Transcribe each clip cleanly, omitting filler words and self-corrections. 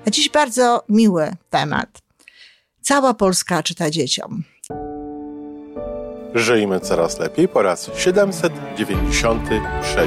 A dziś bardzo miły temat. Cała Polska czyta dzieciom. Żyjmy coraz lepiej po raz 793.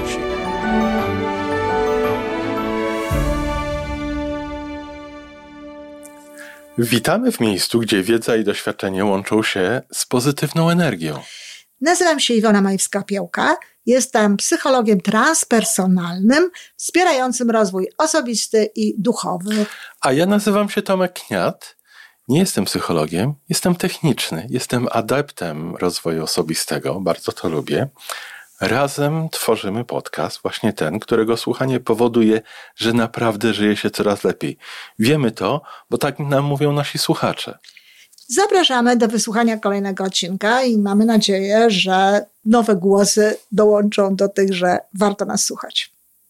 Witamy w miejscu, gdzie wiedza i doświadczenie łączą się z pozytywną energią. Nazywam się Iwona Majewska-Piołka. Jestem psychologiem transpersonalnym, wspierającym rozwój osobisty i duchowy. A ja nazywam się Tomek Kniat. Nie jestem psychologiem, jestem techniczny. Jestem adeptem rozwoju osobistego, bardzo to lubię. Razem tworzymy podcast, właśnie ten, którego słuchanie powoduje, że naprawdę żyje się coraz lepiej. Wiemy to, bo tak nam mówią nasi słuchacze. Zapraszamy do wysłuchania kolejnego odcinka i mamy nadzieję, że nowe głosy dołączą do tych, że warto nas słuchać.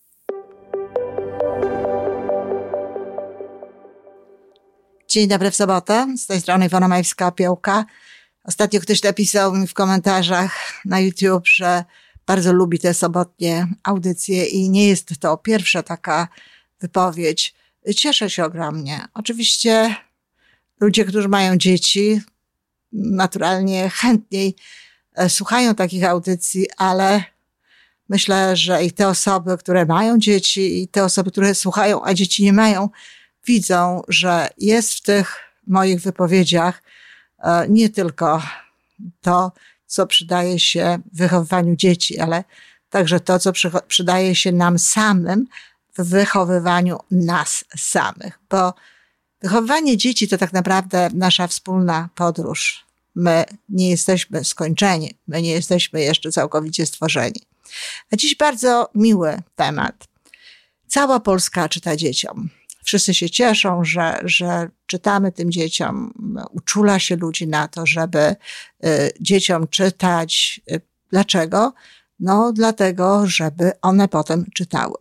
Dzień dobry w sobotę, z tej strony Iwona Majewska-Piołka. Ostatnio ktoś napisał mi w komentarzach na YouTube, że bardzo lubi te sobotnie audycje i nie jest to pierwsza taka wypowiedź. Cieszę się ogromnie. Oczywiście ludzie, którzy mają dzieci, naturalnie chętniej słuchają takich audycji, ale myślę, że i te osoby, które mają dzieci, i te osoby, które słuchają, a dzieci nie mają, widzą, że jest w tych moich wypowiedziach nie tylko to, co przydaje się w wychowywaniu dzieci, ale także to, co przydaje się nam samym w wychowywaniu nas samych. Bo wychowywanie dzieci to tak naprawdę nasza wspólna podróż. My nie jesteśmy skończeni, my nie jesteśmy jeszcze całkowicie stworzeni. A dziś bardzo miły temat. Cała Polska czyta dzieciom. Wszyscy się cieszą, że czytamy tym dzieciom. Uczula się ludzi na to, żeby dzieciom czytać. Dlaczego? No dlatego, żeby one potem czytały.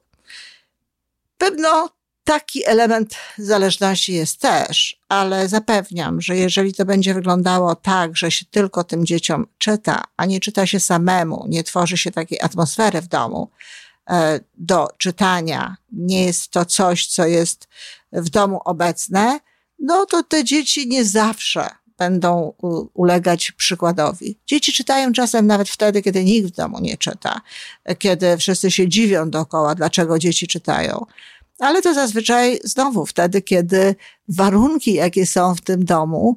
Pewno taki element zależności jest też, ale zapewniam, że jeżeli to będzie wyglądało tak, że się tylko tym dzieciom czyta, a nie czyta się samemu, nie tworzy się takiej atmosfery w domu do czytania, nie jest to coś, co jest w domu obecne, no to te dzieci nie zawsze będą ulegać przykładowi. Dzieci czytają czasem nawet wtedy, kiedy nikt w domu nie czyta, kiedy wszyscy się dziwią dookoła, dlaczego dzieci czytają. Ale to zazwyczaj znowu wtedy, kiedy warunki, jakie są w tym domu,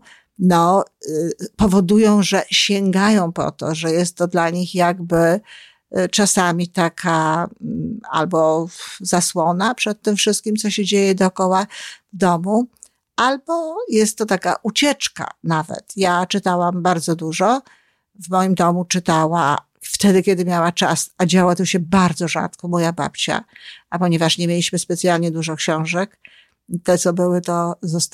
powodują, że sięgają po to, że jest to dla nich jakby czasami taka albo zasłona przed tym wszystkim, co się dzieje dookoła w domu, albo jest to taka ucieczka nawet. Ja czytałam bardzo dużo. W moim domu czytała wtedy, kiedy miała czas, a działa to się bardzo rzadko, moja babcia. A ponieważ nie mieliśmy specjalnie dużo książek, te co były, to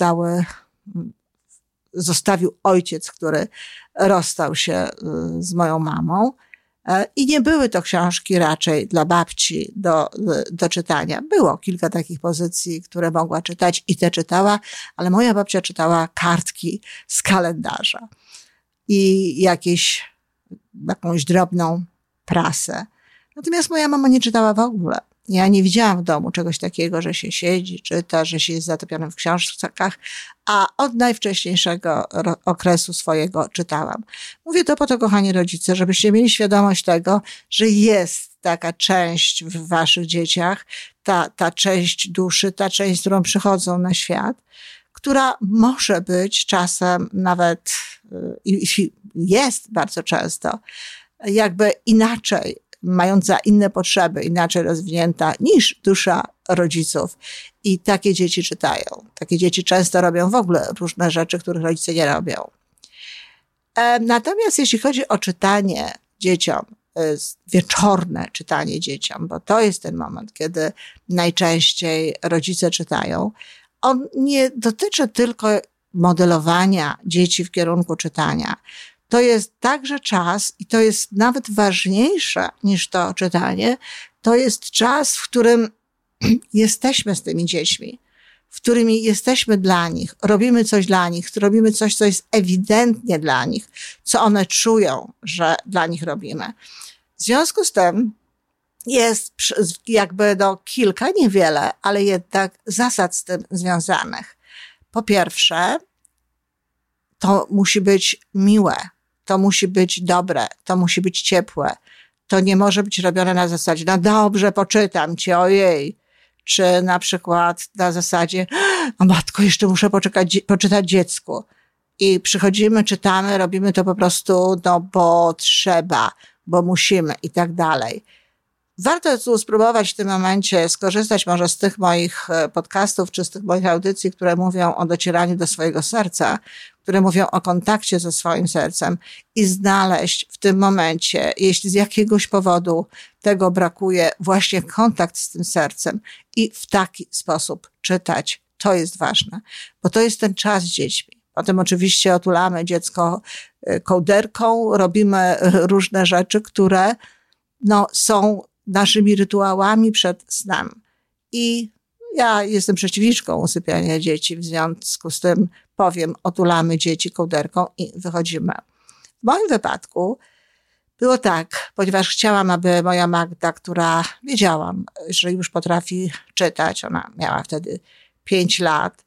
zostawił ojciec, który rozstał się z moją mamą. I nie były to książki raczej dla babci do czytania. Było kilka takich pozycji, które mogła czytać i te czytała, ale moja babcia czytała kartki z kalendarza i jakąś drobną prasę. Natomiast moja mama nie czytała w ogóle. Ja nie widziałam w domu czegoś takiego, że się siedzi, czyta, że się jest zatopionym w książkach, a od najwcześniejszego okresu swojego czytałam. Mówię to po to, kochani rodzice, żebyście mieli świadomość tego, że jest taka część w waszych dzieciach, ta część duszy, ta część, z którą przychodzą na świat, która może być czasem nawet i jest bardzo często jakby inaczej, mająca inne potrzeby, inaczej rozwinięta niż dusza rodziców. I takie dzieci czytają. Takie dzieci często robią w ogóle różne rzeczy, których rodzice nie robią. Natomiast jeśli chodzi o czytanie dzieciom, wieczorne czytanie dzieciom, bo to jest ten moment, kiedy najczęściej rodzice czytają, on nie dotyczy tylko modelowania dzieci w kierunku czytania. To jest także czas, i to jest nawet ważniejsze niż to czytanie, to jest czas, w którym jesteśmy z tymi dziećmi, w którym jesteśmy dla nich, robimy coś dla nich, robimy coś, co jest ewidentnie dla nich, co one czują, że dla nich robimy. W związku z tym jest jakby kilka, niewiele, ale jednak zasad z tym związanych. Po pierwsze, to musi być miłe, to musi być dobre, to musi być ciepłe. To nie może być robione na zasadzie, no dobrze, poczytam ci, ojej. Czy na przykład na zasadzie, o matko, jeszcze muszę poczytać dziecku. I przychodzimy, czytamy, robimy to po prostu, no bo trzeba, bo musimy i tak dalej. Warto tu spróbować w tym momencie skorzystać może z tych moich podcastów, czy z tych moich audycji, które mówią o docieraniu do swojego serca, które mówią o kontakcie ze swoim sercem i znaleźć w tym momencie, jeśli z jakiegoś powodu tego brakuje, właśnie kontakt z tym sercem i w taki sposób czytać. To jest ważne, bo to jest ten czas z dziećmi. Potem oczywiście otulamy dziecko kołderką, robimy różne rzeczy, które są naszymi rytuałami przed snem. I ja jestem przeciwniczką usypiania dzieci, w związku z tym powiem, otulamy dzieci kołderką i wychodzimy. W moim wypadku było tak, ponieważ chciałam, aby moja Magda, która wiedziałam, że już potrafi czytać, ona miała wtedy 5 lat,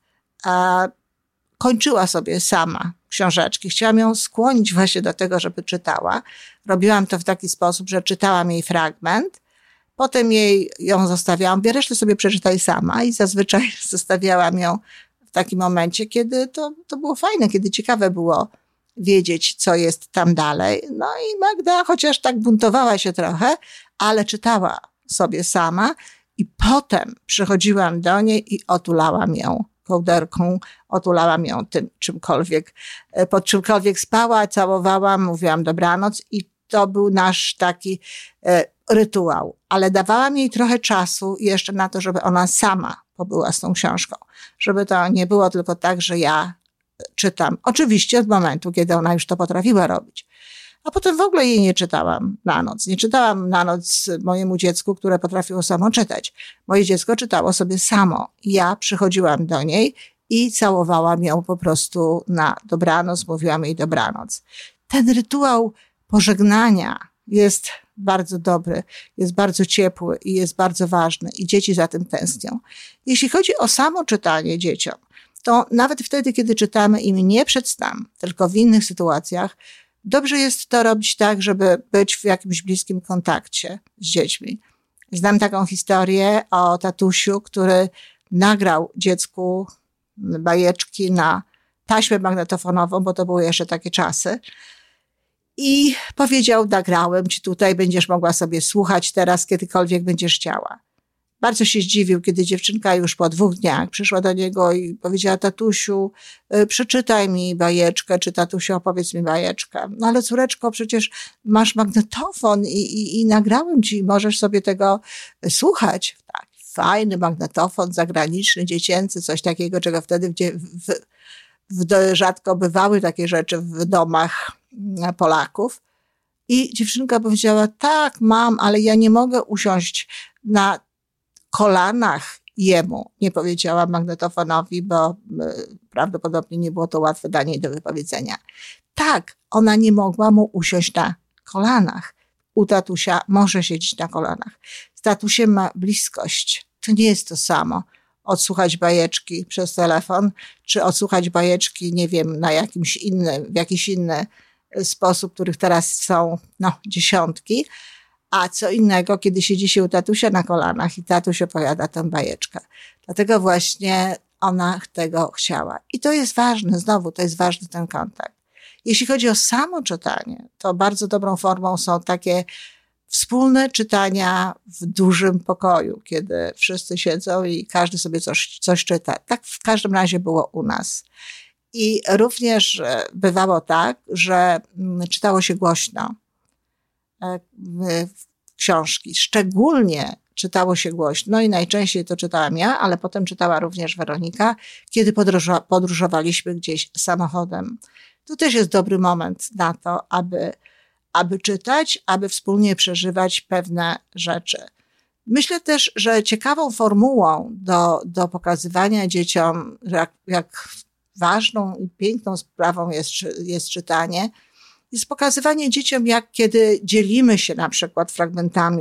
kończyła sobie sama książeczki. Chciałam ją skłonić właśnie do tego, żeby czytała. Robiłam to w taki sposób, że czytałam jej fragment, potem ją zostawiałam, resztę sobie przeczytaj sama i zazwyczaj zostawiałam ją w takim momencie, kiedy to było fajne, kiedy ciekawe było wiedzieć, co jest tam dalej. No i Magda chociaż tak buntowała się trochę, ale czytała sobie sama i potem przychodziłam do niej i otulałam ją kołderką, otulałam ją tym czymkolwiek, pod czymkolwiek spała, całowałam, mówiłam dobranoc i to był nasz taki rytuał. Ale dawałam jej trochę czasu jeszcze na to, żeby ona sama pobyła z tą książką. Żeby to nie było tylko tak, że ja czytam. Oczywiście od momentu, kiedy ona już to potrafiła robić. A potem w ogóle jej nie czytałam na noc. Nie czytałam na noc mojemu dziecku, które potrafiło samo czytać. Moje dziecko czytało sobie samo. Ja przychodziłam do niej i całowałam ją po prostu na dobranoc, mówiłam jej dobranoc. Ten rytuał pożegnania jest bardzo dobry, jest bardzo ciepły i jest bardzo ważny i dzieci za tym tęsknią. Jeśli chodzi o samo czytanie dzieciom, to nawet wtedy, kiedy czytamy im nie przed snem, tylko w innych sytuacjach, dobrze jest to robić tak, żeby być w jakimś bliskim kontakcie z dziećmi. Znam taką historię o tatusiu, który nagrał dziecku bajeczki na taśmę magnetofonową, bo to były jeszcze takie czasy. I powiedział, nagrałem ci tutaj, będziesz mogła sobie słuchać teraz, kiedykolwiek będziesz chciała. Bardzo się zdziwił, kiedy dziewczynka już po 2 dniach przyszła do niego i powiedziała, tatusiu, przeczytaj mi bajeczkę, czy tatusiu, opowiedz mi bajeczkę. No ale córeczko, przecież masz magnetofon i nagrałem ci, możesz sobie tego słuchać. Tak, fajny magnetofon zagraniczny, dziecięcy, coś takiego, czego wtedy rzadko bywały takie rzeczy w domach Polaków. I dziewczynka powiedziała, tak, mam, ale ja nie mogę usiąść na kolanach jemu. Nie powiedziała magnetofonowi, bo prawdopodobnie nie było to łatwe dla niej do wypowiedzenia. Tak, ona nie mogła mu usiąść na kolanach. U tatusia może siedzieć na kolanach. Z tatusiem ma bliskość. To nie jest to samo. Odsłuchać bajeczki przez telefon, czy odsłuchać bajeczki, nie wiem, w jakiś inny sposób, których teraz są, dziesiątki. A co innego, kiedy siedzi się u tatusia na kolanach i tatuś opowiada tę bajeczkę. Dlatego właśnie ona tego chciała. I to jest ważne, znowu, to jest ważny ten kontakt. Jeśli chodzi o samo czytanie, to bardzo dobrą formą są takie wspólne czytania w dużym pokoju, kiedy wszyscy siedzą i każdy sobie coś czyta. Tak w każdym razie było u nas. I również bywało tak, że czytało się głośno książki. Szczególnie czytało się głośno i najczęściej to czytałam ja, ale potem czytała również Weronika, kiedy podróżowaliśmy gdzieś samochodem. Tu też jest dobry moment na to, aby czytać, aby wspólnie przeżywać pewne rzeczy. Myślę też, że ciekawą formułą do pokazywania dzieciom, jak ważną i piękną sprawą jest czytanie, jest pokazywanie dzieciom, jak kiedy dzielimy się na przykład fragmentami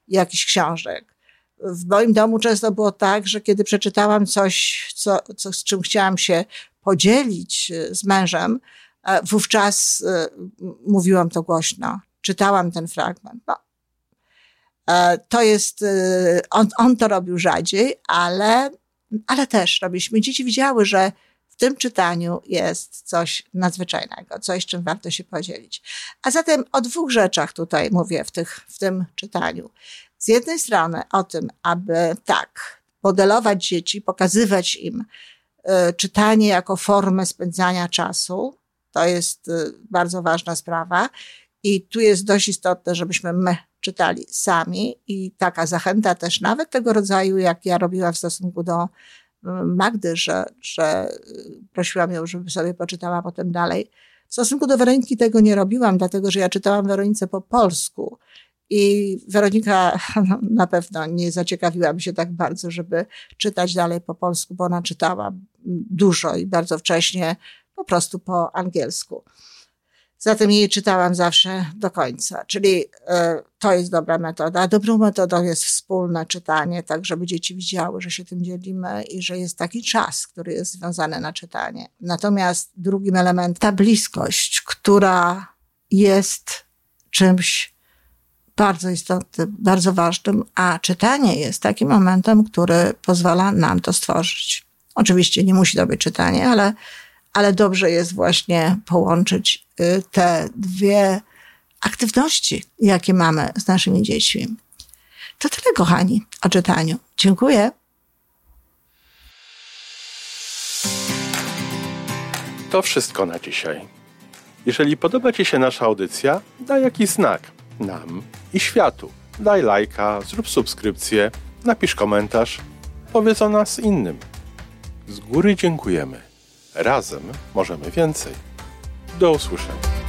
jakichś książek. W moim domu często było tak, że kiedy przeczytałam coś, z czym chciałam się podzielić z mężem, wówczas mówiłam to głośno. Czytałam ten fragment. No. To jest, on to robił rzadziej, ale też robiliśmy. Dzieci widziały, że w tym czytaniu jest coś nadzwyczajnego, coś, czym warto się podzielić. A zatem o dwóch rzeczach tutaj mówię w tym czytaniu. Z jednej strony o tym, aby modelować dzieci, pokazywać im czytanie jako formę spędzania czasu. To jest bardzo ważna sprawa. I tu jest dość istotne, żebyśmy my czytali sami i taka zachęta też nawet tego rodzaju, jak ja robiłam w stosunku do Magdy, że prosiłam ją, żeby sobie poczytała potem dalej. W stosunku do Weroniki tego nie robiłam, dlatego że ja czytałam Weronice po polsku i Weronika na pewno nie zaciekawiła mi się tak bardzo, żeby czytać dalej po polsku, bo ona czytała dużo i bardzo wcześnie po prostu po angielsku. Zatem jej czytałam zawsze do końca, czyli to jest dobra metoda. Dobrą metodą jest wspólne czytanie, tak żeby dzieci widziały, że się tym dzielimy i że jest taki czas, który jest związany na czytanie. Natomiast drugim elementem, ta bliskość, która jest czymś bardzo istotnym, bardzo ważnym, a czytanie jest takim momentem, który pozwala nam to stworzyć. Oczywiście nie musi to być czytanie, ale dobrze jest właśnie połączyć te dwie aktywności, jakie mamy z naszymi dziećmi. To tyle, kochani, o czytaniu. Dziękuję. To wszystko na dzisiaj. Jeżeli podoba Ci się nasza audycja, daj jakiś znak nam i światu. Daj lajka, zrób subskrypcję, napisz komentarz, powiedz o nas innym. Z góry dziękujemy. Razem możemy więcej. Do usłyszenia.